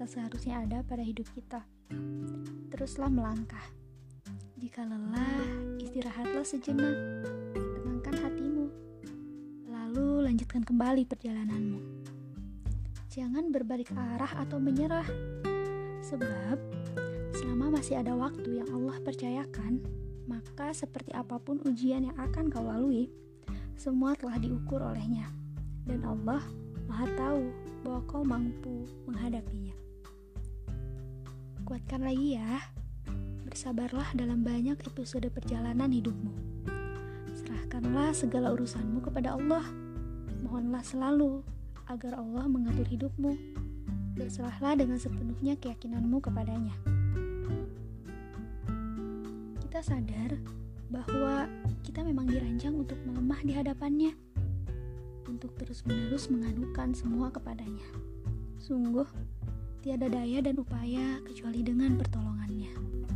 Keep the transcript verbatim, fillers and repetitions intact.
tak seharusnya ada pada hidup kita. Teruslah melangkah. Jika lelah, istirahatlah sejenak. Tenangkan hatimu. Lalu lanjutkan kembali perjalananmu. Jangan berbalik arah atau menyerah. Sebab selama masih ada waktu yang Allah percayakan, maka seperti apapun ujian yang akan kau lalui, semua telah diukur olehnya. Dan Allah Maha tahu bahwa kau mampu menghadapinya. Kuatkan lagi ya. Bersabarlah dalam banyak episode perjalanan hidupmu. Serahkanlah segala urusanmu kepada Allah. Mohonlah selalu agar Allah mengatur hidupmu. Berserahlah dengan sepenuhnya keyakinanmu kepadanya. Kita sadar bahwa kita memang dirancang untuk melemah di hadapannya, untuk terus-menerus mengadukan semua kepadanya. Sungguh, tiada daya dan upaya kecuali dengan pertolongannya.